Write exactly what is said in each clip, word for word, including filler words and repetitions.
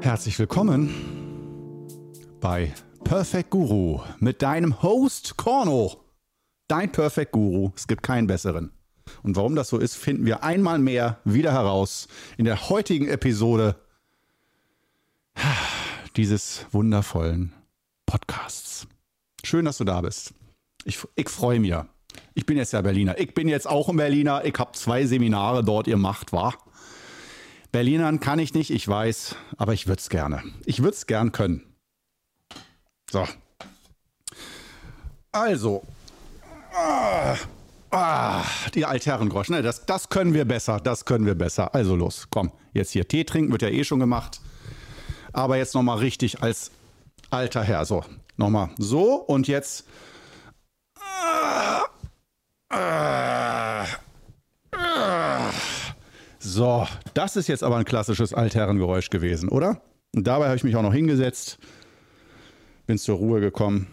Herzlich willkommen bei Perfect Guru mit deinem Host Corno. Dein Perfect Guru, es gibt keinen besseren. Und warum das so ist, finden wir einmal mehr wieder heraus in der heutigen Episode dieses wundervollen Podcasts. Schön, dass du da bist. Ich, ich freue mich. Ich bin jetzt ja Berliner. Ich bin jetzt auch ein Berliner. Ich habe zwei Seminare dort gemacht, wa? Berlinern kann ich nicht, ich weiß, aber ich würde es gerne. Ich würde es gern können. So. Also. Ah, ah, die Altherrengrosch, ne? Das, das können wir besser, das können wir besser. Also los, komm, jetzt hier Tee trinken, wird ja eh schon gemacht. Aber jetzt nochmal richtig als alter Herr. So, nochmal so und jetzt. Ah, ah, ah. So, das ist jetzt aber ein klassisches Altherrengeräusch gewesen, oder? Und dabei habe ich mich auch noch hingesetzt, bin zur Ruhe gekommen.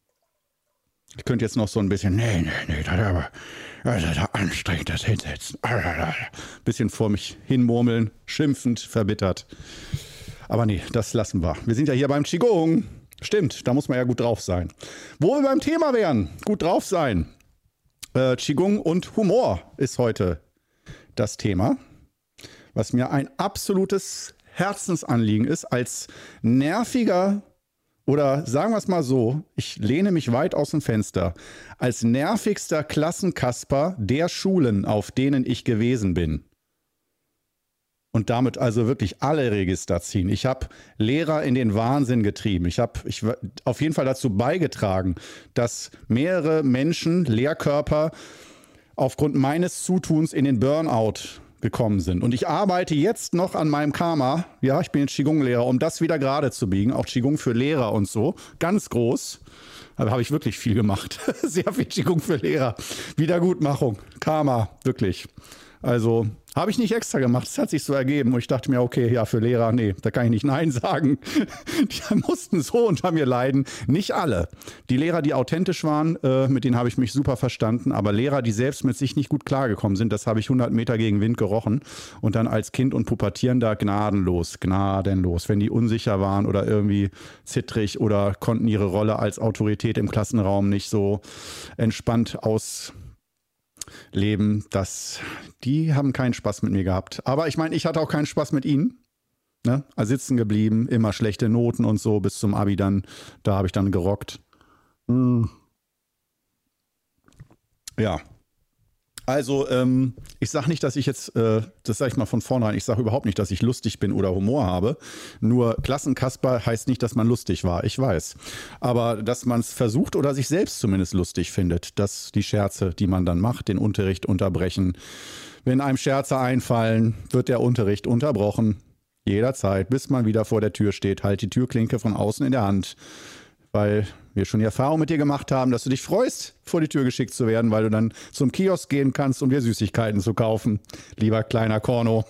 Ich könnte jetzt noch so ein bisschen, nee, nee, nee, das ist aber das ist anstrengend, das hinsetzen. Bisschen vor mich hinmurmeln, schimpfend, verbittert. Aber nee, das lassen wir. Wir sind ja hier beim Qigong. Stimmt, da muss man ja gut drauf sein. Wo wir beim Thema wären, gut drauf sein. Äh, Qigong und Humor ist heute das Thema, was mir ein absolutes Herzensanliegen ist, als nerviger, oder sagen wir es mal so, ich lehne mich weit aus dem Fenster, als nervigster Klassenkasper der Schulen, auf denen ich gewesen bin. Und damit also wirklich alle Register ziehen. Ich habe Lehrer in den Wahnsinn getrieben. Ich habe ich, auf jeden Fall dazu beigetragen, dass mehrere Menschen, Lehrkörper, aufgrund meines Zutuns in den Burnout gekommen sind. Und ich arbeite jetzt noch an meinem Karma. Ja, ich bin jetzt Qigong-Lehrer, um das wieder gerade zu biegen. Auch Qigong für Lehrer und so. Ganz groß. Da habe ich wirklich viel gemacht. Sehr viel Qigong für Lehrer. Wiedergutmachung. Karma, wirklich. Also habe ich nicht extra gemacht. Es hat sich so ergeben. Und ich dachte mir, okay, ja, für Lehrer, nee, da kann ich nicht Nein sagen. Die mussten so unter mir leiden. Nicht alle. Die Lehrer, die authentisch waren, äh, mit denen habe ich mich super verstanden. Aber Lehrer, die selbst mit sich nicht gut klargekommen sind, das habe ich hundert Meter gegen Wind gerochen. Und dann als Kind und Pubertierender gnadenlos, gnadenlos. Wenn die unsicher waren oder irgendwie zittrig oder konnten ihre Rolle als Autorität im Klassenraum nicht so entspannt aus leben, dass die haben keinen Spaß mit mir gehabt. Aber ich meine, ich hatte auch keinen Spaß mit ihnen. Ne? Also sitzen geblieben, immer schlechte Noten und so bis zum Abi dann. Da habe ich dann gerockt. Hm. Ja. Also, ähm, ich sage nicht, dass ich jetzt, äh, das sage ich mal von vornherein, ich sage überhaupt nicht, dass ich lustig bin oder Humor habe. Nur Klassenkasper heißt nicht, dass man lustig war, ich weiß. Aber dass man es versucht oder sich selbst zumindest lustig findet, dass die Scherze, die man dann macht, den Unterricht unterbrechen. Wenn einem Scherze einfallen, wird der Unterricht unterbrochen. Jederzeit, bis man wieder vor der Tür steht, halt die Türklinke von außen in der Hand. Weil wir schon die Erfahrung mit dir gemacht haben, dass du dich freust, vor die Tür geschickt zu werden, weil du dann zum Kiosk gehen kannst, um dir Süßigkeiten zu kaufen. Lieber kleiner Corno.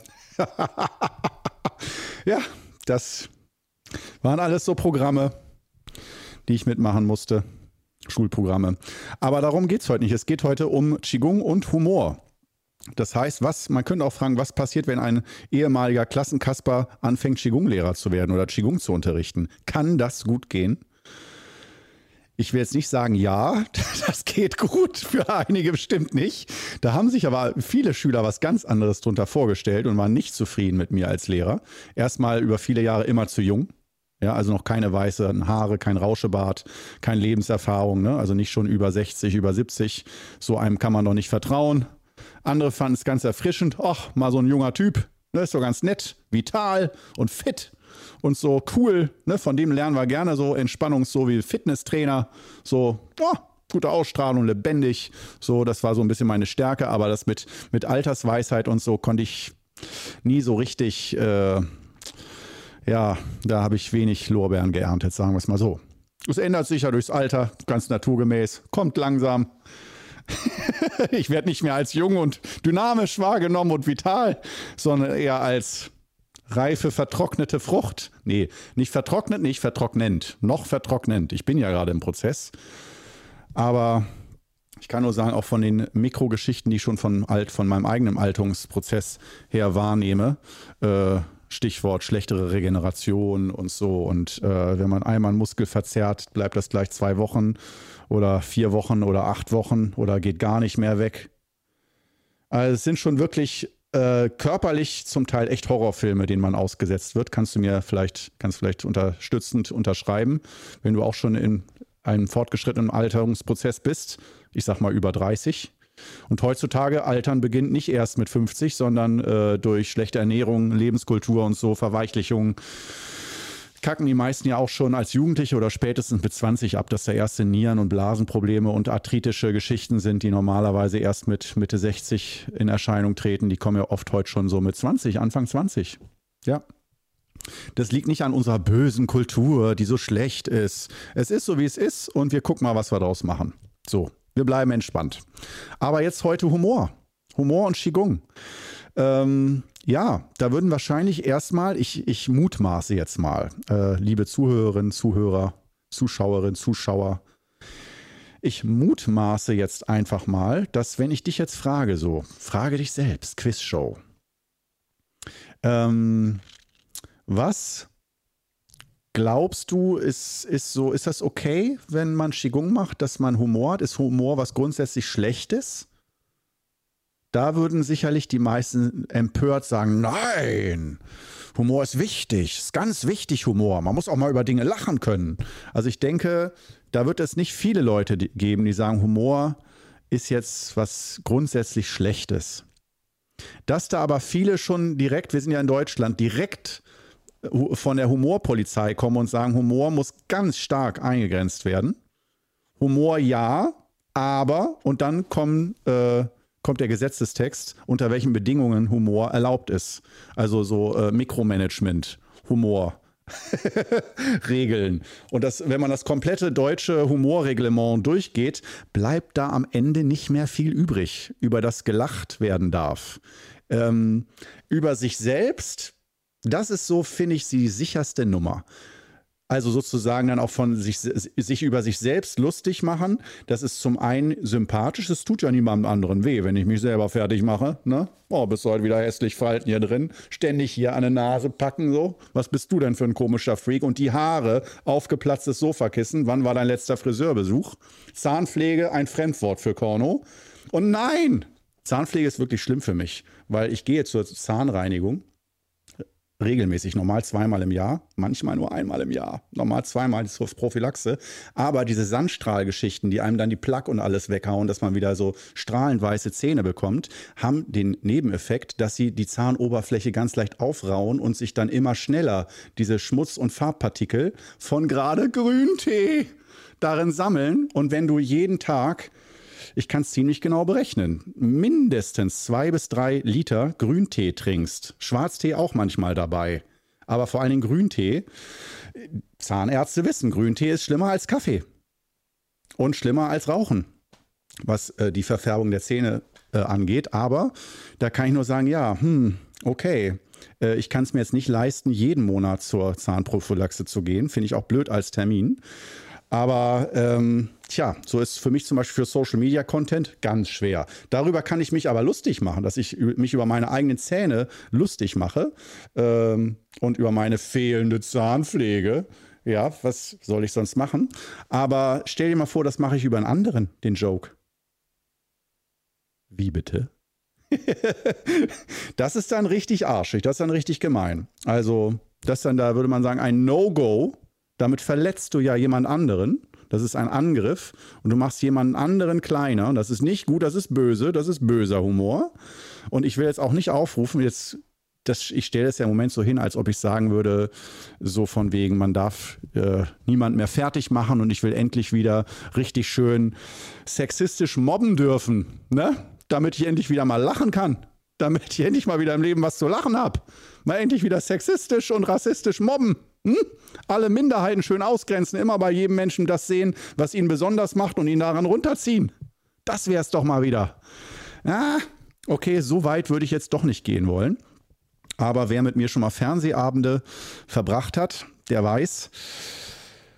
Ja, das waren alles so Programme, die ich mitmachen musste. Schulprogramme. Aber darum geht es heute nicht. Es geht heute um Qigong und Humor. Das heißt, was, man könnte auch fragen, was passiert, wenn ein ehemaliger Klassenkasper anfängt, Qigong-Lehrer zu werden oder Qigong zu unterrichten? Kann das gut gehen? Ich will jetzt nicht sagen, ja, das geht gut, für einige bestimmt nicht. Da haben sich aber viele Schüler was ganz anderes drunter vorgestellt und waren nicht zufrieden mit mir als Lehrer. Erstmal über viele Jahre immer zu jung. Ja, also noch keine weißen Haare, kein Rauschebart, keine Lebenserfahrung, ne? Also nicht schon über sechzig, über siebzig. So einem kann man doch nicht vertrauen. Andere fanden es ganz erfrischend. Ach, mal so ein junger Typ, ne? Ist doch ganz nett, vital und fit. Und so cool, ne, von dem lernen wir gerne so Entspannungs-, so wie Fitnesstrainer, so, oh, gute Ausstrahlung, lebendig, so, das war so ein bisschen meine Stärke, aber das mit, mit Altersweisheit und so konnte ich nie so richtig, äh, ja, da habe ich wenig Lorbeeren geerntet, sagen wir es mal so. Es ändert sich ja durchs Alter, ganz naturgemäß, kommt langsam. Ich werde nicht mehr als jung und dynamisch wahrgenommen und vital, sondern eher als reife, vertrocknete Frucht. Nee, nicht vertrocknet, nicht vertrocknend. Noch vertrocknend. Ich bin ja gerade im Prozess. Aber ich kann nur sagen, auch von den Mikrogeschichten, die ich schon von, alt, von meinem eigenen Alterungsprozess her wahrnehme, äh, Stichwort schlechtere Regeneration und so. Und äh, wenn man einmal einen Muskel verzerrt, bleibt das gleich zwei Wochen oder vier Wochen oder acht Wochen oder geht gar nicht mehr weg. Also es sind schon wirklich äh, körperlich zum Teil echt Horrorfilme, denen man ausgesetzt wird. Kannst du mir vielleicht, kannst vielleicht unterstützend unterschreiben, wenn du auch schon in einem fortgeschrittenen Alterungsprozess bist. Ich sag mal über dreißig. Und heutzutage Altern beginnt nicht erst mit fünfzig, sondern äh, durch schlechte Ernährung, Lebenskultur und so, Verweichlichung, kacken die meisten ja auch schon als Jugendliche oder spätestens mit zwanzig ab, dass da erste Nieren- und Blasenprobleme und arthritische Geschichten sind, die normalerweise erst mit Mitte sechzig in Erscheinung treten. Die kommen ja oft heute schon so mit zwanzig, Anfang zwanzig. Ja. Das liegt nicht an unserer bösen Kultur, die so schlecht ist. Es ist so, wie es ist und wir gucken mal, was wir daraus machen. So. Wir bleiben entspannt. Aber jetzt heute Humor. Humor und Qigong. Ähm, ja, da würden wahrscheinlich erstmal, ich, ich mutmaße jetzt mal, äh, liebe Zuhörerinnen, Zuhörer, Zuschauerinnen, Zuschauer, ich mutmaße jetzt einfach mal, dass wenn ich dich jetzt frage, so, frage dich selbst, Quizshow, ähm, was glaubst du, ist, ist, so, ist das okay, wenn man Qigong macht, dass man Humor hat? Ist Humor was grundsätzlich Schlechtes? Da würden sicherlich die meisten empört sagen, nein, Humor ist wichtig, ist ganz wichtig Humor. Man muss auch mal über Dinge lachen können. Also ich denke, da wird es nicht viele Leute geben, die sagen, Humor ist jetzt was grundsätzlich Schlechtes. Dass da aber viele schon direkt, wir sind ja in Deutschland, direkt von der Humorpolizei kommen und sagen, Humor muss ganz stark eingegrenzt werden. Humor ja, aber, und dann kommen, äh, kommt der Gesetzestext, unter welchen Bedingungen Humor erlaubt ist. Also so äh, Mikromanagement, Humor, Regeln. Und das, wenn man das komplette deutsche Humorreglement durchgeht, bleibt da am Ende nicht mehr viel übrig, über das gelacht werden darf. Ähm, über sich selbst. Das ist so, finde ich, die sicherste Nummer. Also sozusagen dann auch von sich, sich über sich selbst lustig machen. Das ist zum einen sympathisch, es tut ja niemandem anderen weh, wenn ich mich selber fertig mache. Ne? Oh, bist du heute wieder hässlich Falten hier drin. Ständig hier an der Nase packen so. Was bist du denn für ein komischer Freak? Und die Haare, aufgeplatztes Sofakissen. Wann war dein letzter Friseurbesuch? Zahnpflege, ein Fremdwort für Korno. Und nein, Zahnpflege ist wirklich schlimm für mich, weil ich gehe zur Zahnreinigung. Regelmäßig, normal zweimal im Jahr, manchmal nur einmal im Jahr, normal zweimal zur Prophylaxe. Aber diese Sandstrahlgeschichten, die einem dann die Plaque und alles weghauen, dass man wieder so strahlend weiße Zähne bekommt, haben den Nebeneffekt, dass sie die Zahnoberfläche ganz leicht aufrauen und sich dann immer schneller diese Schmutz- und Farbpartikel von gerade Grüntee darin sammeln. Und wenn du jeden Tag, ich kann es ziemlich genau berechnen, mindestens zwei bis drei Liter Grüntee trinkst. Schwarztee auch manchmal dabei. Aber vor allen Dingen Grüntee. Zahnärzte wissen, Grüntee ist schlimmer als Kaffee. Und schlimmer als Rauchen, was äh, die Verfärbung der Zähne äh, angeht. Aber da kann ich nur sagen, ja, hm, okay. Äh, ich kann es mir jetzt nicht leisten, jeden Monat zur Zahnprophylaxe zu gehen. Finde ich auch blöd als Termin. Aber ähm, tja, so ist für mich zum Beispiel für Social Media Content ganz schwer. Darüber kann ich mich aber lustig machen, dass ich mich über meine eigenen Zähne lustig mache ähm, und über meine fehlende Zahnpflege. Ja, was soll ich sonst machen? Aber stell dir mal vor, das mache ich über einen anderen, den Joke. Wie bitte? Das ist dann richtig arschig, das ist dann richtig gemein. Also, das dann, da würde man sagen, ein No-Go. Damit verletzt du ja jemand anderen. Das ist ein Angriff. Und du machst jemanden anderen kleiner. Das ist nicht gut, das ist böse. Das ist böser Humor. Und ich will jetzt auch nicht aufrufen, jetzt, das, ich stelle es ja im Moment so hin, als ob ich sagen würde, so von wegen, man darf äh, niemand mehr fertig machen und ich will endlich wieder richtig schön sexistisch mobben dürfen. Ne? Damit ich endlich wieder mal lachen kann. Damit ich endlich mal wieder im Leben was zu lachen habe. Mal endlich wieder sexistisch und rassistisch mobben. Hm? Alle Minderheiten schön ausgrenzen, immer bei jedem Menschen das sehen, was ihn besonders macht und ihn daran runterziehen. Das wär's doch mal wieder. Ah, okay, so weit würde ich jetzt doch nicht gehen wollen. Aber wer mit mir schon mal Fernsehabende verbracht hat, der weiß,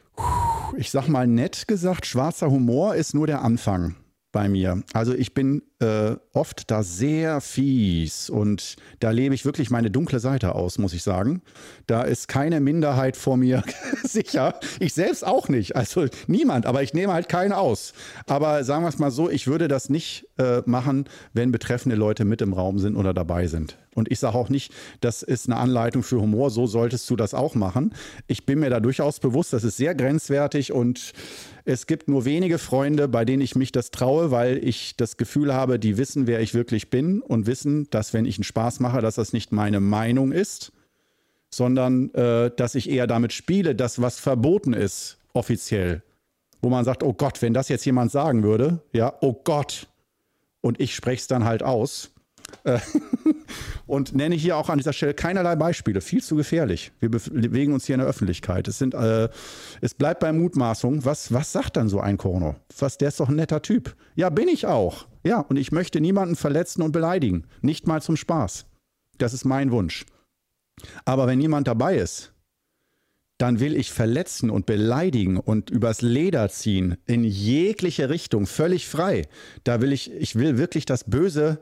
ich sag mal nett gesagt, schwarzer Humor ist nur der Anfang bei mir. Also ich bin äh, oft da sehr fies und da lebe ich wirklich meine dunkle Seite aus, muss ich sagen. Da ist keine Minderheit vor mir sicher. Ich selbst auch nicht, also niemand, aber ich nehme halt keinen aus. Aber sagen wir es mal so, ich würde das nicht äh, machen, wenn betreffende Leute mit im Raum sind oder dabei sind. Und ich sage auch nicht, das ist eine Anleitung für Humor, so solltest du das auch machen. Ich bin mir da durchaus bewusst, das ist sehr grenzwertig und es gibt nur wenige Freunde, bei denen ich mich das traue, weil ich das Gefühl habe, die wissen, wer ich wirklich bin und wissen, dass wenn ich einen Spaß mache, dass das nicht meine Meinung ist, sondern äh, dass ich eher damit spiele, dass was verboten ist, offiziell. Wo man sagt, oh Gott, wenn das jetzt jemand sagen würde, ja, oh Gott. Und ich spreche es dann halt aus. Und nenne hier auch an dieser Stelle keinerlei Beispiele. Viel zu gefährlich. Wir bewegen uns hier in der Öffentlichkeit. Es, sind, äh, es bleibt bei Mutmaßung. Was, was sagt dann so ein Korno? Was, der ist doch ein netter Typ. Ja, bin ich auch. Ja, und ich möchte niemanden verletzen und beleidigen. Nicht mal zum Spaß. Das ist mein Wunsch. Aber wenn jemand dabei ist, dann will ich verletzen und beleidigen und übers Leder ziehen, in jegliche Richtung, völlig frei. Da will ich, ich will wirklich das Böse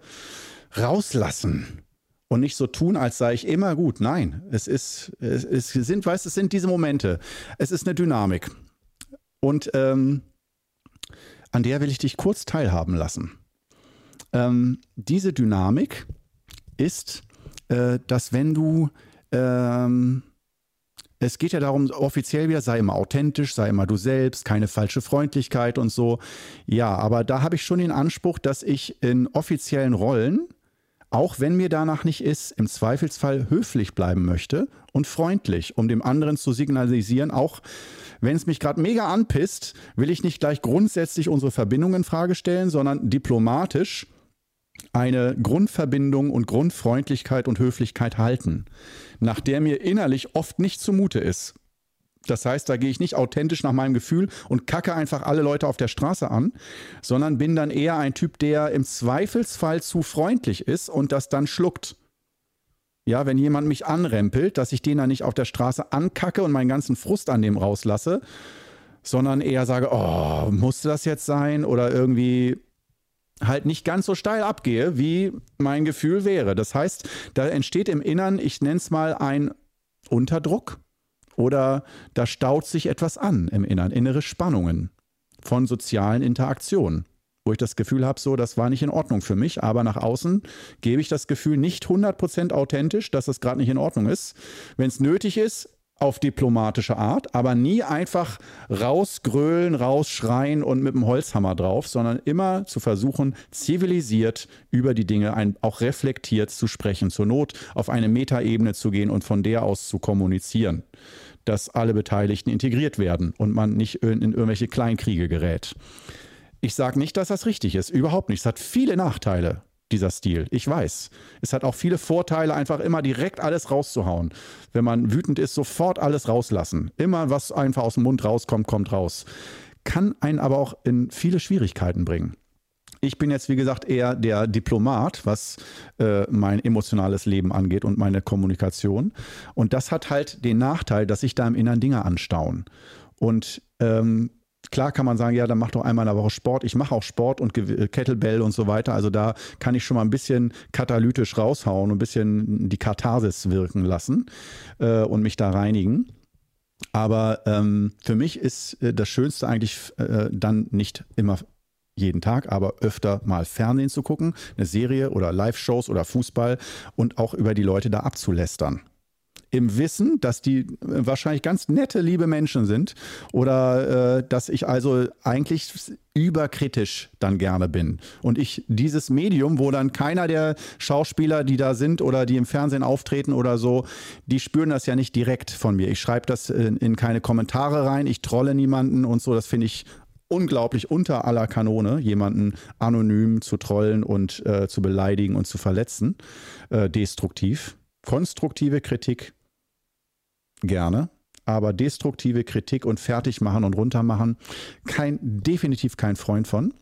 rauslassen und nicht so tun, als sei ich immer gut. Nein, es ist, es, es sind, weißt, es sind diese Momente. Es ist eine Dynamik. Und ähm, an der will ich dich kurz teilhaben lassen. Ähm, diese Dynamik ist, äh, dass wenn du, ähm, es geht ja darum, offiziell wieder, sei immer authentisch, sei immer du selbst, keine falsche Freundlichkeit und so. Ja, aber da habe ich schon den Anspruch, dass ich in offiziellen Rollen, auch wenn mir danach nicht ist, im Zweifelsfall höflich bleiben möchte und freundlich, um dem anderen zu signalisieren, auch wenn es mich gerade mega anpisst, will ich nicht gleich grundsätzlich unsere Verbindung in Frage stellen, sondern diplomatisch eine Grundverbindung und Grundfreundlichkeit und Höflichkeit halten, nach der mir innerlich oft nicht zumute ist. Das heißt, da gehe ich nicht authentisch nach meinem Gefühl und kacke einfach alle Leute auf der Straße an, sondern bin dann eher ein Typ, der im Zweifelsfall zu freundlich ist und das dann schluckt. Ja, wenn jemand mich anrempelt, dass ich den dann nicht auf der Straße ankacke und meinen ganzen Frust an dem rauslasse, sondern eher sage, oh, musste das jetzt sein? Oder irgendwie halt nicht ganz so steil abgehe, wie mein Gefühl wäre. Das heißt, da entsteht im Innern, ich nenne es mal ein Unterdruck. Oder da staut sich etwas an im Innern, innere Spannungen von sozialen Interaktionen, wo ich das Gefühl habe, so, das war nicht in Ordnung für mich, aber nach außen gebe ich das Gefühl nicht hundert Prozent authentisch, dass das gerade nicht in Ordnung ist. Wenn es nötig ist, auf diplomatische Art, aber nie einfach rausgrölen, rausschreien und mit dem Holzhammer drauf, sondern immer zu versuchen, zivilisiert über die Dinge ein, auch reflektiert zu sprechen, zur Not auf eine Metaebene zu gehen und von der aus zu kommunizieren, dass alle Beteiligten integriert werden und man nicht in, in irgendwelche Kleinkriege gerät. Ich sage nicht, dass das richtig ist, überhaupt nicht. Es hat viele Nachteile, dieser Stil. Ich weiß. Es hat auch viele Vorteile, einfach immer direkt alles rauszuhauen. Wenn man wütend ist, sofort alles rauslassen. Immer, was einfach aus dem Mund rauskommt, kommt raus. Kann einen aber auch in viele Schwierigkeiten bringen. Ich bin jetzt, wie gesagt, eher der Diplomat, was äh, mein emotionales Leben angeht und meine Kommunikation. Und das hat halt den Nachteil, dass sich da im Inneren Dinge anstauen. Und ähm, klar kann man sagen, ja, dann mach doch einmal in der Woche Sport. Ich mache auch Sport und Kettlebell und so weiter. Also da kann ich schon mal ein bisschen katalytisch raushauen und ein bisschen die Katharsis wirken lassen äh, und mich da reinigen. Aber ähm, für mich ist äh, das Schönste eigentlich äh, dann nicht immer jeden Tag, aber öfter mal Fernsehen zu gucken, eine Serie oder Live-Shows oder Fußball und auch über die Leute da abzulästern. Im Wissen, dass die wahrscheinlich ganz nette, liebe Menschen sind oder äh, dass ich also eigentlich überkritisch dann gerne bin. Und ich dieses Medium, wo dann keiner der Schauspieler, die da sind oder die im Fernsehen auftreten oder so, die spüren das ja nicht direkt von mir. Ich schreibe das in, in keine Kommentare rein, ich trolle niemanden und so. Das finde ich unglaublich unter aller Kanone, jemanden anonym zu trollen und äh, zu beleidigen und zu verletzen. Äh, destruktiv. Konstruktive Kritik gerne, aber destruktive Kritik und fertig machen und runtermachen, kein, definitiv kein Freund von.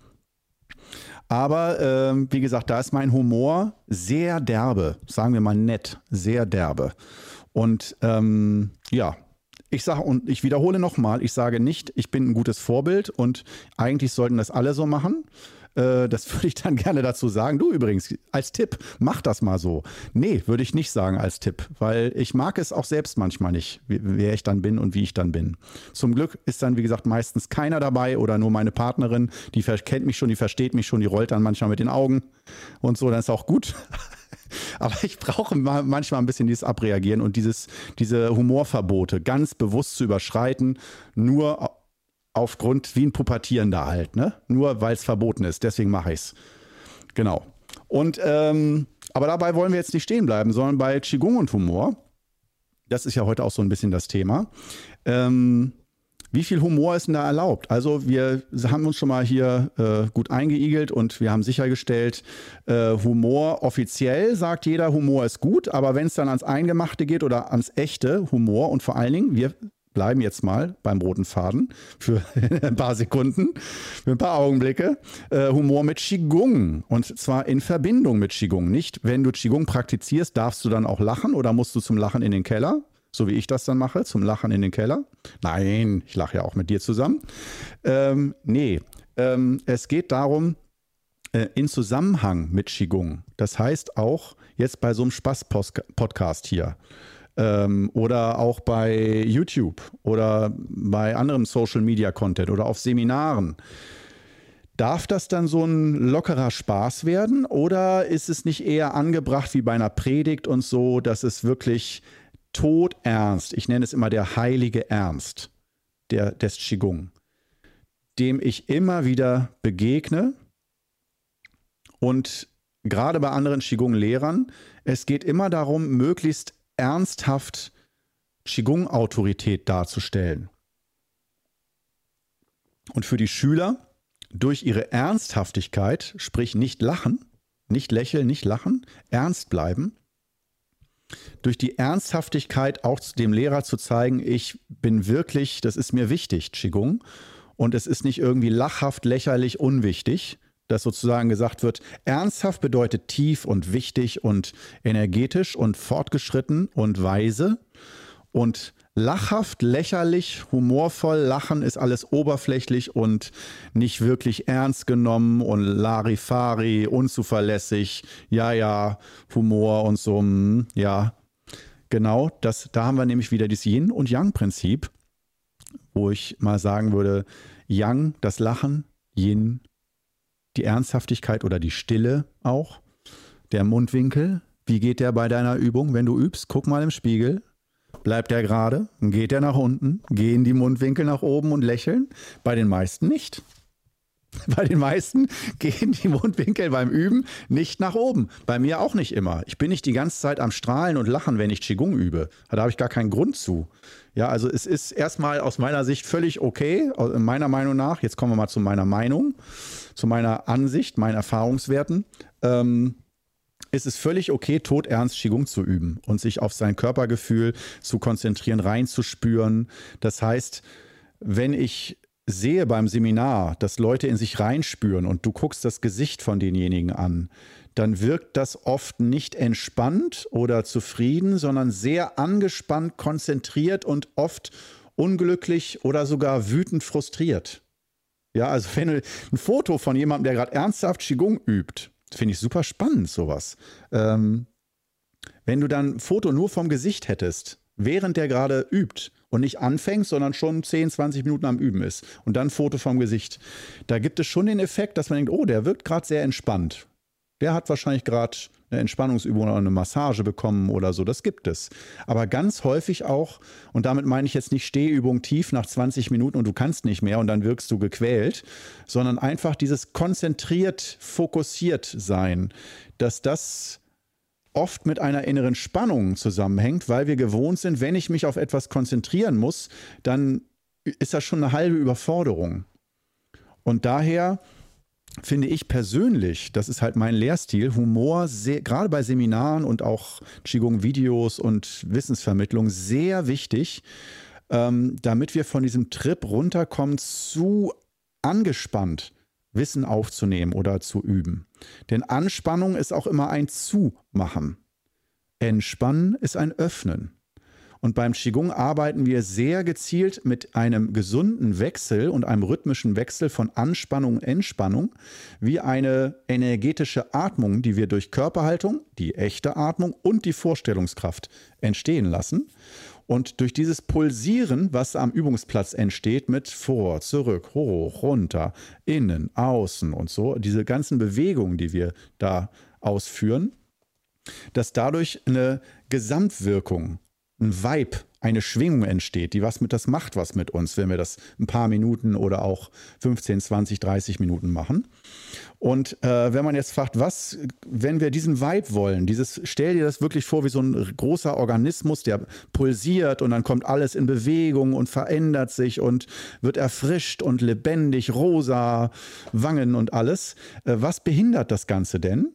Aber äh, wie gesagt, da ist mein Humor sehr derbe, sagen wir mal nett, sehr derbe. Und ähm, ja, ich sage und ich wiederhole nochmal, ich sage nicht, ich bin ein gutes Vorbild und eigentlich sollten das alle so machen. Äh, das würde ich dann gerne dazu sagen. Du übrigens, als Tipp, mach das mal so. Nee, würde ich nicht sagen als Tipp, weil ich mag es auch selbst manchmal nicht, wer ich dann bin und wie ich dann bin. Zum Glück ist dann, wie gesagt, meistens keiner dabei oder nur meine Partnerin, die kennt mich schon, die versteht mich schon, die rollt dann manchmal mit den Augen und so, dann ist auch gut. Aber ich brauche manchmal ein bisschen dieses Abreagieren und dieses, diese Humorverbote ganz bewusst zu überschreiten, nur aufgrund wie ein Pubertierender halt, ne? Nur weil es verboten ist, deswegen mache ich es. Genau. Und ähm, aber dabei wollen wir jetzt nicht stehen bleiben, sondern bei Qigong und Humor. Das ist ja heute auch so ein bisschen das Thema. Ähm, Wie viel Humor ist denn da erlaubt? Also wir haben uns schon mal hier äh, gut eingeigelt und wir haben sichergestellt, äh, Humor offiziell sagt jeder, Humor ist gut, aber wenn es dann ans Eingemachte geht oder ans echte Humor und vor allen Dingen, wir bleiben jetzt mal beim roten Faden für ein paar Sekunden, für ein paar Augenblicke, äh, Humor mit Qigong und zwar in Verbindung mit Qigong. Nicht, wenn du Qigong praktizierst, darfst du dann auch lachen oder musst du zum Lachen in den Keller? So wie ich das dann mache, zum Lachen in den Keller. Nein, ich lache ja auch mit dir zusammen. Ähm, nee, ähm, es geht darum, äh, in Zusammenhang mit Qigong. Das heißt auch jetzt bei so einem Spaß-Podcast hier ähm, oder auch bei YouTube oder bei anderem Social-Media-Content oder auf Seminaren. Darf das dann so ein lockerer Spaß werden oder ist es nicht eher angebracht wie bei einer Predigt und so, dass es wirklich todernst, ich nenne es immer der heilige Ernst der, des Qigong, dem ich immer wieder begegne und gerade bei anderen Qigong-Lehrern, es geht immer darum, möglichst ernsthaft Qigong-Autorität darzustellen. Und für die Schüler durch ihre Ernsthaftigkeit, sprich nicht lachen, nicht lächeln, nicht lachen, ernst bleiben, durch die Ernsthaftigkeit auch dem Lehrer zu zeigen, ich bin wirklich, das ist mir wichtig, Qigong. Und es ist nicht irgendwie lachhaft, lächerlich, unwichtig, dass sozusagen gesagt wird, ernsthaft bedeutet tief und wichtig und energetisch und fortgeschritten und weise. Und lachhaft, lächerlich, humorvoll, lachen ist alles oberflächlich und nicht wirklich ernst genommen und Larifari, unzuverlässig, ja, ja, Humor und so, ja, genau, das, da haben wir nämlich wieder das Yin- und Yang-Prinzip, wo ich mal sagen würde, Yang, das Lachen, Yin, die Ernsthaftigkeit oder die Stille auch, der Mundwinkel, wie geht der bei deiner Übung, wenn du übst, guck mal im Spiegel. Bleibt der gerade? Geht der nach unten? Gehen die Mundwinkel nach oben und lächeln? Bei den meisten nicht. Bei den meisten gehen die Mundwinkel beim Üben nicht nach oben. Bei mir auch nicht immer. Ich bin nicht die ganze Zeit am Strahlen und Lachen, wenn ich Qigong übe. Da habe ich gar keinen Grund zu. Ja, also es ist erstmal aus meiner Sicht völlig okay, meiner Meinung nach. Jetzt kommen wir mal zu meiner Meinung, zu meiner Ansicht, meinen Erfahrungswerten. Ähm, Es ist völlig okay, todernst Qigong zu üben und sich auf sein Körpergefühl zu konzentrieren, reinzuspüren. Das heißt, wenn ich sehe beim Seminar, dass Leute in sich reinspüren und du guckst das Gesicht von denjenigen an, dann wirkt das oft nicht entspannt oder zufrieden, sondern sehr angespannt, konzentriert und oft unglücklich oder sogar wütend frustriert. Ja, also wenn du ein Foto von jemandem, der gerade ernsthaft Qigong übt, finde ich super spannend, sowas. Ähm, wenn du dann ein Foto nur vom Gesicht hättest, während der gerade übt und nicht anfängt, sondern schon zehn, zwanzig Minuten am Üben ist und dann ein Foto vom Gesicht, da gibt es schon den Effekt, dass man denkt, oh, der wirkt gerade sehr entspannt. Der hat wahrscheinlich gerade eine Entspannungsübung oder eine Massage bekommen oder so, das gibt es. Aber ganz häufig auch, und damit meine ich jetzt nicht Stehübung tief nach zwanzig Minuten und du kannst nicht mehr und dann wirkst du gequält, sondern einfach dieses konzentriert, fokussiert sein, dass das oft mit einer inneren Spannung zusammenhängt, weil wir gewohnt sind, wenn ich mich auf etwas konzentrieren muss, dann ist das schon eine halbe Überforderung. Und daher finde ich persönlich, das ist halt mein Lehrstil, Humor, sehr, gerade bei Seminaren und auch Qigong-Videos und Wissensvermittlung, sehr wichtig, ähm, damit wir von diesem Trip runterkommen, zu angespannt Wissen aufzunehmen oder zu üben. Denn Anspannung ist auch immer ein Zumachen. Entspannen ist ein Öffnen. Und beim Qigong arbeiten wir sehr gezielt mit einem gesunden Wechsel und einem rhythmischen Wechsel von Anspannung und Entspannung, wie eine energetische Atmung, die wir durch Körperhaltung, die echte Atmung und die Vorstellungskraft entstehen lassen. Und durch dieses Pulsieren, was am Übungsplatz entsteht, mit vor, zurück, hoch, runter, innen, außen und so, diese ganzen Bewegungen, die wir da ausführen, dass dadurch eine Gesamtwirkung, ein Vibe, eine Schwingung entsteht, die was mit, das macht was mit uns, wenn wir das ein paar Minuten oder auch fünfzehn, zwanzig, dreißig Minuten machen. Und äh, wenn man jetzt fragt, was, wenn wir diesen Vibe wollen, dieses, stell dir das wirklich vor wie so ein großer Organismus, der pulsiert und dann kommt alles in Bewegung und verändert sich und wird erfrischt und lebendig, rosa Wangen und alles. Äh, was behindert das Ganze denn?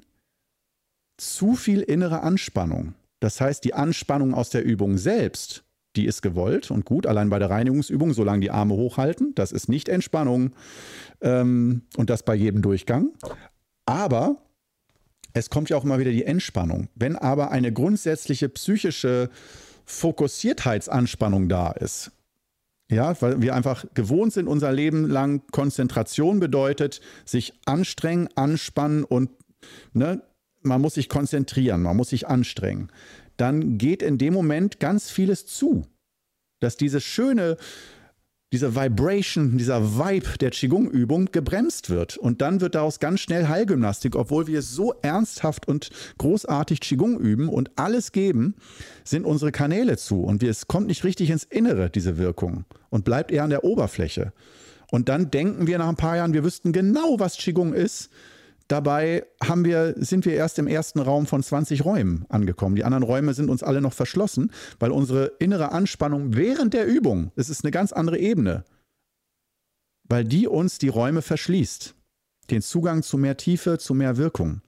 Zu viel innere Anspannung. Das heißt, die Anspannung aus der Übung selbst, die ist gewollt und gut, allein bei der Reinigungsübung, solange die Arme hochhalten, das ist nicht Entspannung ähm, und das bei jedem Durchgang. Aber es kommt ja auch immer wieder die Entspannung. Wenn aber eine grundsätzliche psychische Fokussiertheitsanspannung da ist, ja, weil wir einfach gewohnt sind, unser Leben lang Konzentration bedeutet, sich anstrengen, anspannen und ne, man muss sich konzentrieren, man muss sich anstrengen, dann geht in dem Moment ganz vieles zu. Dass diese schöne, diese Vibration, dieser Vibe der Qigong-Übung gebremst wird. Und dann wird daraus ganz schnell Heilgymnastik, obwohl wir so ernsthaft und großartig Qigong üben und alles geben, sind unsere Kanäle zu. Und wir, es kommt nicht richtig ins Innere, diese Wirkung, und bleibt eher an der Oberfläche. Und dann denken wir nach ein paar Jahren, wir wüssten genau, was Qigong ist. Dabei haben wir, sind wir erst im ersten Raum von zwanzig Räumen angekommen. Die anderen Räume sind uns alle noch verschlossen, weil unsere innere Anspannung während der Übung, es ist eine ganz andere Ebene, weil die uns die Räume verschließt. Den Zugang zu mehr Tiefe, zu mehr Wirkung.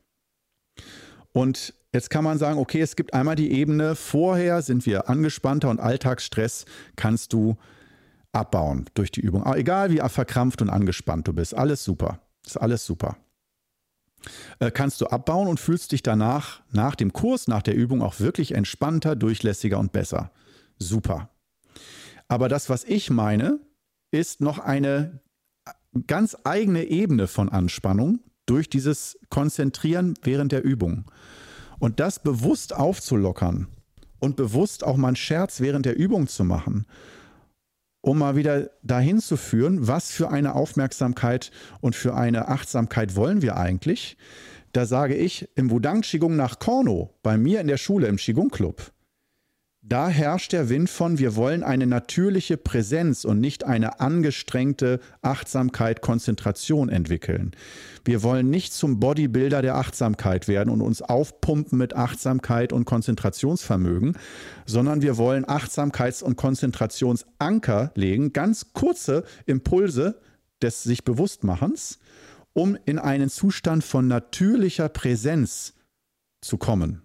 Und jetzt kann man sagen, okay, es gibt einmal die Ebene, vorher sind wir angespannter und Alltagsstress kannst du abbauen durch die Übung. Egal wie verkrampft und angespannt du bist, alles super, ist alles super. Kannst du abbauen und fühlst dich danach, nach dem Kurs, nach der Übung auch wirklich entspannter, durchlässiger und besser. Super. Aber das, was ich meine, ist noch eine ganz eigene Ebene von Anspannung durch dieses Konzentrieren während der Übung. Und das bewusst aufzulockern und bewusst auch mal einen Scherz während der Übung zu machen, um mal wieder dahin zu führen, was für eine Aufmerksamkeit und für eine Achtsamkeit wollen wir eigentlich. Da sage ich, im Wudang Qigong nach Korno, bei mir in der Schule im Qigong Club, da herrscht der Wind von, wir wollen eine natürliche Präsenz und nicht eine angestrengte Achtsamkeit, Konzentration entwickeln. Wir wollen nicht zum Bodybuilder der Achtsamkeit werden und uns aufpumpen mit Achtsamkeit und Konzentrationsvermögen, sondern wir wollen Achtsamkeits- und Konzentrationsanker legen, ganz kurze Impulse des sich Bewusstmachens, um in einen Zustand von natürlicher Präsenz zu kommen.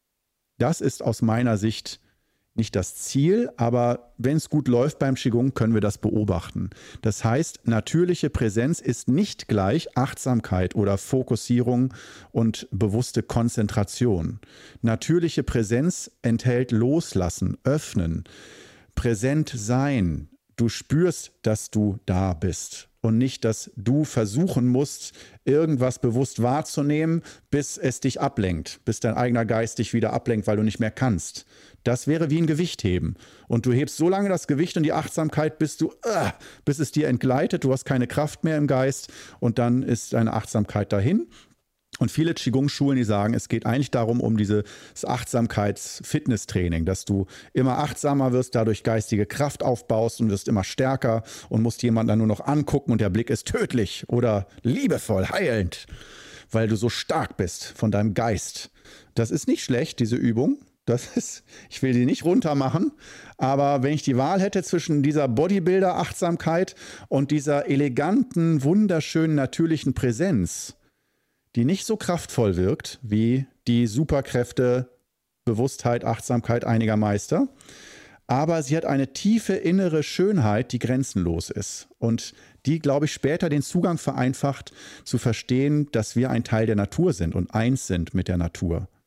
Das ist aus meiner Sicht nicht das Ziel, aber wenn es gut läuft beim Qigong, können wir das beobachten. Das heißt, natürliche Präsenz ist nicht gleich Achtsamkeit oder Fokussierung und bewusste Konzentration. Natürliche Präsenz enthält Loslassen, Öffnen, präsent sein. Du spürst, dass du da bist. Und nicht, dass du versuchen musst, irgendwas bewusst wahrzunehmen, bis es dich ablenkt, bis dein eigener Geist dich wieder ablenkt, weil du nicht mehr kannst. Das wäre wie ein Gewichtheben. Und du hebst so lange das Gewicht und die Achtsamkeit, bis du, uh, bis es dir entgleitet, du hast keine Kraft mehr im Geist und dann ist deine Achtsamkeit dahin. Und viele Qigong-Schulen, die sagen, es geht eigentlich darum, um dieses Achtsamkeits-Fitness-Training, dass du immer achtsamer wirst, dadurch geistige Kraft aufbaust und wirst immer stärker und musst jemanden dann nur noch angucken und der Blick ist tödlich oder liebevoll, heilend, weil du so stark bist von deinem Geist. Das ist nicht schlecht, diese Übung. Das ist, ich will die nicht runter machen, aber wenn ich die Wahl hätte zwischen dieser Bodybuilder-Achtsamkeit und dieser eleganten, wunderschönen, natürlichen Präsenz, die nicht so kraftvoll wirkt wie die Superkräfte, Bewusstheit, Achtsamkeit einiger Meister. Aber sie hat eine tiefe innere Schönheit, die grenzenlos ist. Und die, glaube ich, später den Zugang vereinfacht, zu verstehen, dass wir ein Teil der Natur sind und eins sind mit der Natur.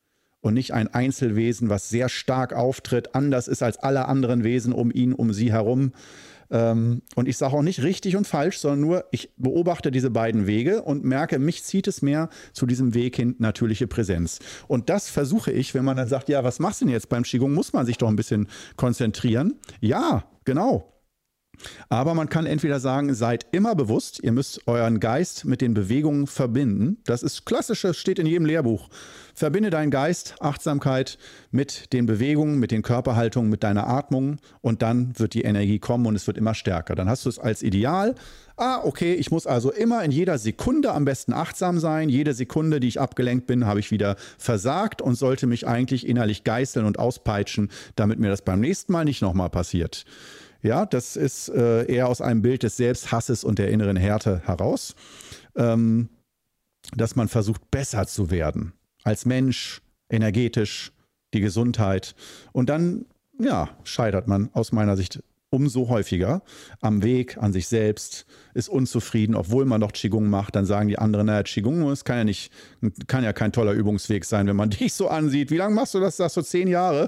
und nicht ein Einzelwesen, was sehr stark auftritt, anders ist als alle anderen Wesen um ihn, um sie herum. Und ich sage auch nicht richtig und falsch, sondern nur, ich beobachte diese beiden Wege und merke, mich zieht es mehr zu diesem Weg hin, natürliche Präsenz. Und das versuche ich, wenn man dann sagt, ja, was machst du denn jetzt beim Qigong? Muss man sich doch ein bisschen konzentrieren? Ja, genau. Aber man kann entweder sagen, seid immer bewusst, ihr müsst euren Geist mit den Bewegungen verbinden. Das ist klassisch, das steht in jedem Lehrbuch. Verbinde deinen Geist, Achtsamkeit mit den Bewegungen, mit den Körperhaltungen, mit deiner Atmung und dann wird die Energie kommen und es wird immer stärker. Dann hast du es als Ideal. Ah, okay, ich muss also immer in jeder Sekunde am besten achtsam sein. Jede Sekunde, die ich abgelenkt bin, habe ich wieder versagt und sollte mich eigentlich innerlich geißeln und auspeitschen, damit mir das beim nächsten Mal nicht nochmal passiert. Ja, das ist äh, eher aus einem Bild des Selbsthasses und der inneren Härte heraus, ähm, dass man versucht, besser zu werden. Als Mensch, energetisch, die Gesundheit. Und dann, ja, scheitert man aus meiner Sicht umso häufiger am Weg, an sich selbst, ist unzufrieden, obwohl man noch Qigong macht. Dann sagen die anderen, naja, Qigong, das kann ja nicht, kann ja kein toller Übungsweg sein, wenn man dich so ansieht. Wie lange machst du das? Sagst du zehn Jahre?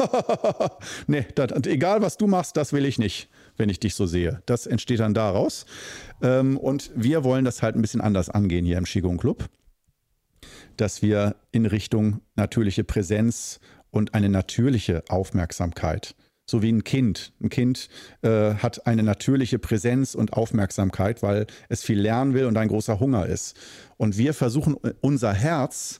Nee, das, egal was du machst, das will ich nicht, wenn ich dich so sehe. Das entsteht dann daraus. Und wir wollen das halt ein bisschen anders angehen hier im Qigong Club, dass wir in Richtung natürliche Präsenz und eine natürliche Aufmerksamkeit, so wie ein Kind. Ein Kind äh, hat eine natürliche Präsenz und Aufmerksamkeit, weil es viel lernen will und ein großer Hunger ist. Und wir versuchen unser Herz,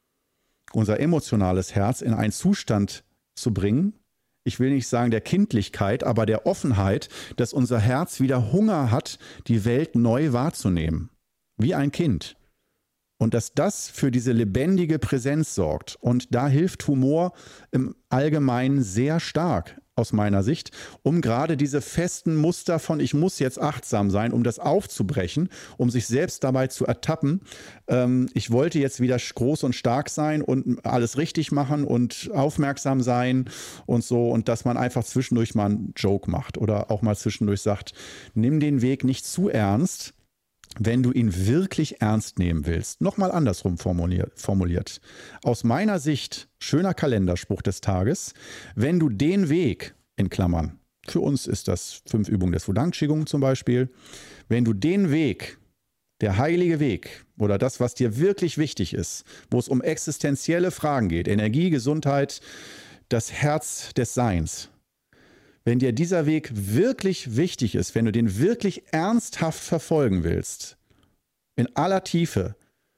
unser emotionales Herz in einen Zustand zu bringen, ich will nicht sagen der Kindlichkeit, aber der Offenheit, dass unser Herz wieder Hunger hat, die Welt neu wahrzunehmen. Wie ein Kind. Und dass das für diese lebendige Präsenz sorgt. Und da hilft Humor im Allgemeinen sehr stark, aus meiner Sicht, um gerade diese festen Muster von ich muss jetzt achtsam sein, um das aufzubrechen, um sich selbst dabei zu ertappen. Ähm, ich wollte jetzt wieder groß und stark sein und alles richtig machen und aufmerksam sein und so. Und dass man einfach zwischendurch mal einen Joke macht oder auch mal zwischendurch sagt, nimm den Weg nicht zu ernst, wenn du ihn wirklich ernst nehmen willst. Nochmal andersrum formuliert. Aus meiner Sicht, schöner Kalenderspruch des Tages, wenn du den Weg, in Klammern, für uns ist das fünf Übungen des Wudang Qigong zum Beispiel, wenn du den Weg, der heilige Weg oder das, was dir wirklich wichtig ist, wo es um existenzielle Fragen geht, Energie, Gesundheit, das Herz des Seins, wenn dir dieser Weg wirklich wichtig ist, wenn du den wirklich ernsthaft verfolgen willst, in aller Tiefe,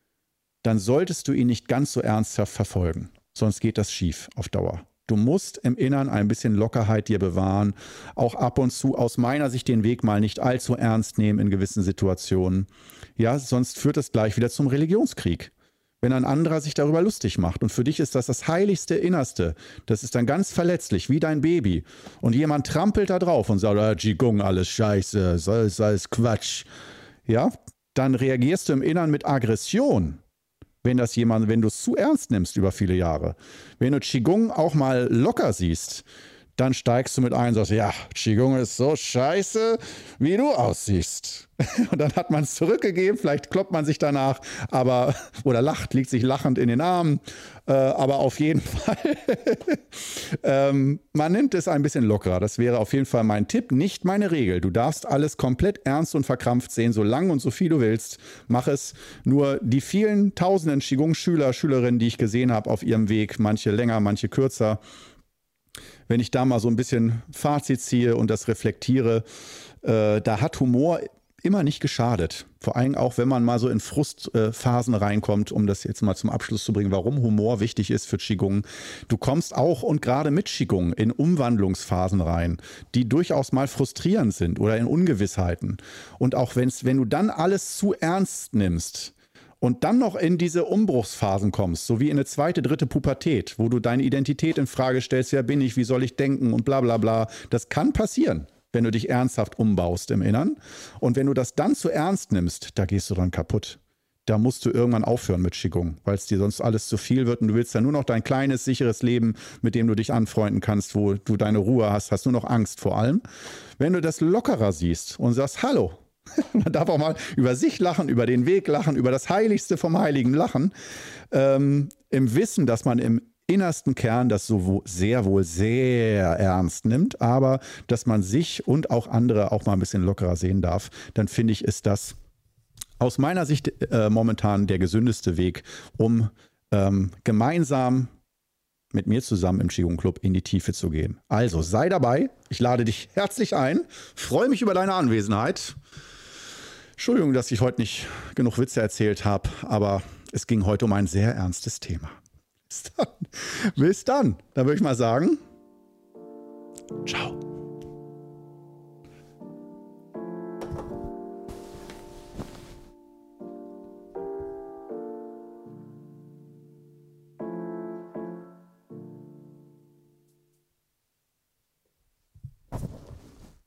dann solltest du ihn nicht ganz so ernsthaft verfolgen, sonst geht das schief auf Dauer. Du musst im Innern ein bisschen Lockerheit dir bewahren, auch ab und zu aus meiner Sicht den Weg mal nicht allzu ernst nehmen in gewissen Situationen. Ja, sonst führt es gleich wieder zum Religionskrieg. Wenn ein anderer sich darüber lustig macht und für dich ist das das heiligste Innerste, das ist dann ganz verletzlich, wie dein Baby und jemand trampelt da drauf und sagt, ah, Qigong, alles Scheiße, das ist alles Quatsch, ja, dann reagierst du im Innern mit Aggression, wenn das jemand, wenn du es zu ernst nimmst über viele Jahre. Wenn du Qigong auch mal locker siehst, dann steigst du mit ein und sagst, ja, Qigong ist so scheiße, wie du aussiehst. Und dann hat man es zurückgegeben, vielleicht kloppt man sich danach, aber oder lacht, liegt sich lachend in den Armen, äh, aber auf jeden Fall, ähm, man nimmt es ein bisschen lockerer. Das wäre auf jeden Fall mein Tipp, nicht meine Regel. Du darfst alles komplett ernst und verkrampft sehen, so lang und so viel du willst, mach es. Nur die vielen tausenden Qigong-Schüler, Schülerinnen, die ich gesehen habe auf ihrem Weg, manche länger, manche kürzer, wenn ich da mal so ein bisschen Fazit ziehe und das reflektiere, äh, da hat Humor immer nicht geschadet. Vor allem auch, wenn man mal so in Frustphasen äh, reinkommt, um das jetzt mal zum Abschluss zu bringen, warum Humor wichtig ist für Qigong. Du kommst auch und gerade mit Qigong in Umwandlungsphasen rein, die durchaus mal frustrierend sind oder in Ungewissheiten. Und auch wenn's, wenn du dann alles zu ernst nimmst, und dann noch in diese Umbruchsphasen kommst, so wie in eine zweite, dritte Pubertät, wo du deine Identität in Frage stellst, wer bin ich, wie soll ich denken und bla bla bla. Das kann passieren, wenn du dich ernsthaft umbaust im Innern. Und wenn du das dann zu ernst nimmst, da gehst du dann kaputt. Da musst du irgendwann aufhören mit Qigong, weil es dir sonst alles zu viel wird und du willst dann nur noch dein kleines, sicheres Leben, mit dem du dich anfreunden kannst, wo du deine Ruhe hast, hast nur noch Angst vor allem. Wenn du das lockerer siehst und sagst, hallo, man darf auch mal über sich lachen, über den Weg lachen, über das Heiligste vom Heiligen lachen. Ähm, im Wissen, dass man im innersten Kern das so sehr wohl sehr ernst nimmt, aber dass man sich und auch andere auch mal ein bisschen lockerer sehen darf, dann finde ich, ist das aus meiner Sicht äh, momentan der gesündeste Weg, um ähm, gemeinsam mit mir zusammen im Qigong Club in die Tiefe zu gehen. Also sei dabei, ich lade dich herzlich ein, freue mich über deine Anwesenheit. Entschuldigung, dass ich heute nicht genug Witze erzählt habe, aber es ging heute um ein sehr ernstes Thema. Bis dann. Bis dann. Dann würde ich mal sagen, ciao.